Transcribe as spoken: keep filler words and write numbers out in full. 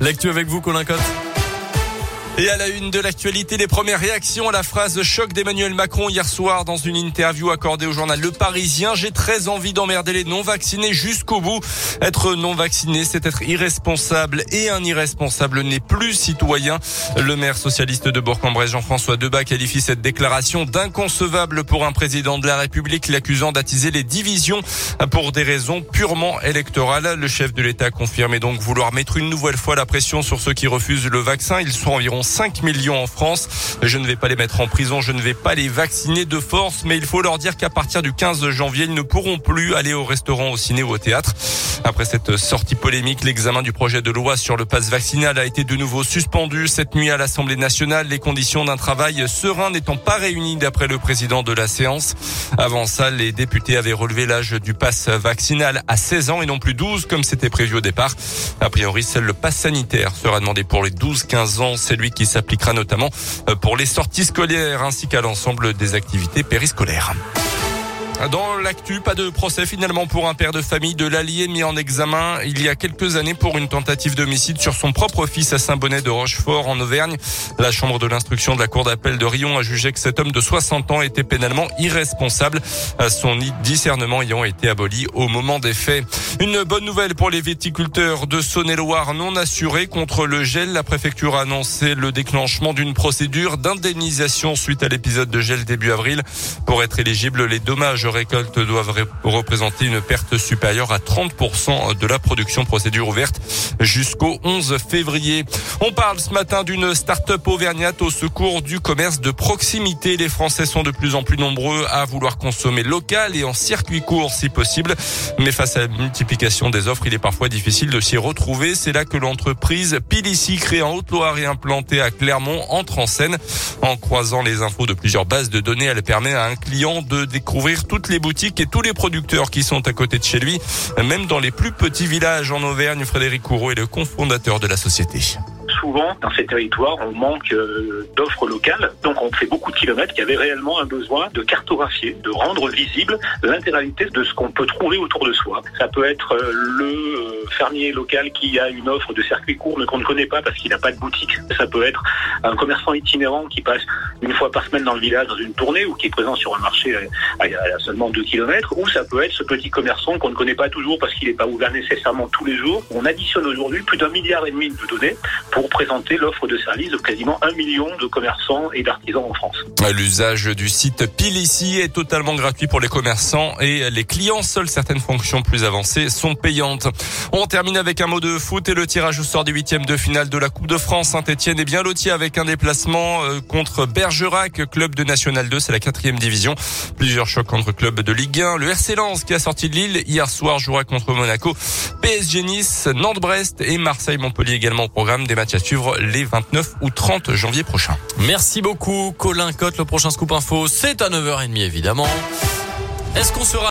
L'actu avec vous, Colin Cotte. Et à la une de l'actualité, les premières réactions à la phrase choc d'Emmanuel Macron hier soir dans une interview accordée au journal Le Parisien. J'ai très envie d'emmerder les non-vaccinés jusqu'au bout. Être non-vacciné, c'est être irresponsable et un irresponsable n'est plus citoyen. Le maire socialiste de Bourg-en-Bresse, Jean-François Debat, qualifie cette déclaration d'inconcevable pour un président de la République, l'accusant d'attiser les divisions pour des raisons purement électorales. Le chef de l'État a confirmé donc vouloir mettre une nouvelle fois la pression sur ceux qui refusent le vaccin. Ils sont environ cinq millions en France. Je ne vais pas les mettre en prison, je ne vais pas les vacciner de force, mais il faut leur dire qu'à partir du quinze janvier, ils ne pourront plus aller au restaurant, au ciné ou au théâtre. Après cette sortie polémique, l'examen du projet de loi sur le pass vaccinal a été de nouveau suspendu cette nuit à l'Assemblée nationale, les conditions d'un travail serein n'étant pas réunies d'après le président de la séance. Avant ça, les députés avaient relevé l'âge du pass vaccinal à seize ans et non plus douze comme c'était prévu au départ. A priori, seul le pass sanitaire sera demandé pour les douze quinze ans. C'est lui qui s'appliquera notamment pour les sorties scolaires ainsi qu'à l'ensemble des activités périscolaires. Dans l'actu, pas de procès finalement pour un père de famille de l'Allier mis en examen il y a quelques années pour une tentative d'homicide sur son propre fils à Saint-Bonnet de Rochefort en Auvergne. La chambre de l'instruction de la cour d'appel de Riom a jugé que cet homme de soixante ans était pénalement irresponsable, son discernement ayant été aboli au moment des faits. Une bonne nouvelle pour les viticulteurs de Saône-et-Loire non assurés contre le gel. La préfecture a annoncé le déclenchement d'une procédure d'indemnisation suite à l'épisode de gel début avril. Pour être éligible, les dommages récoltes doivent ré- représenter une perte supérieure à trente pour cent de la production. Procédure ouverte jusqu'au onze février. On parle ce matin d'une start-up auvergnate au secours du commerce de proximité. Les Français sont de plus en plus nombreux à vouloir consommer local et en circuit court si possible. Mais face à la multiplication des offres, il est parfois difficile de s'y retrouver. C'est là que l'entreprise Pilissi, créée en Haute-Loire et implantée à Clermont, entre en scène. En croisant les infos de plusieurs bases de données, elle permet à un client de découvrir toutes les boutiques et tous les producteurs qui sont à côté de chez lui, même dans les plus petits villages en Auvergne. Frédéric Courreau est le cofondateur de la société. Souvent, dans ces territoires, on manque euh, d'offres locales. Donc, on fait beaucoup de kilomètres qui avaient réellement un besoin de cartographier, de rendre visible l'intégralité de ce qu'on peut trouver autour de soi. Ça peut être euh, le euh, fermier local qui a une offre de circuit court mais qu'on ne connaît pas parce qu'il n'a pas de boutique. Ça peut être un commerçant itinérant qui passe une fois par semaine dans le village dans une tournée ou qui est présent sur un marché à, à seulement deux kilomètres. Ou ça peut être ce petit commerçant qu'on ne connaît pas toujours parce qu'il n'est pas ouvert nécessairement tous les jours. On additionne aujourd'hui plus d'un milliard et demi de données pour présenter l'offre de service de quasiment un million de commerçants et d'artisans en France. L'usage du site Pilissi est totalement gratuit pour les commerçants et les clients. Seules certaines fonctions plus avancées sont payantes. On termine avec un mot de foot et le tirage au sort des huitièmes de finale de la Coupe de France. Saint-Etienne est bien loti avec un déplacement contre Bergerac, club de National deux, c'est la quatrième division. Plusieurs chocs entre clubs de Ligue un. Le R C Lens qui a sorti de Lille hier soir jouera contre Monaco. P S G Nice, Nantes-Brest et Marseille-Montpellier également au programme. Des matchs à suivre les vingt-neuf ou trente janvier prochains. Merci beaucoup, Colin Cotte. Le prochain Scoop Info, c'est à neuf heures trente évidemment. Est-ce qu'on sera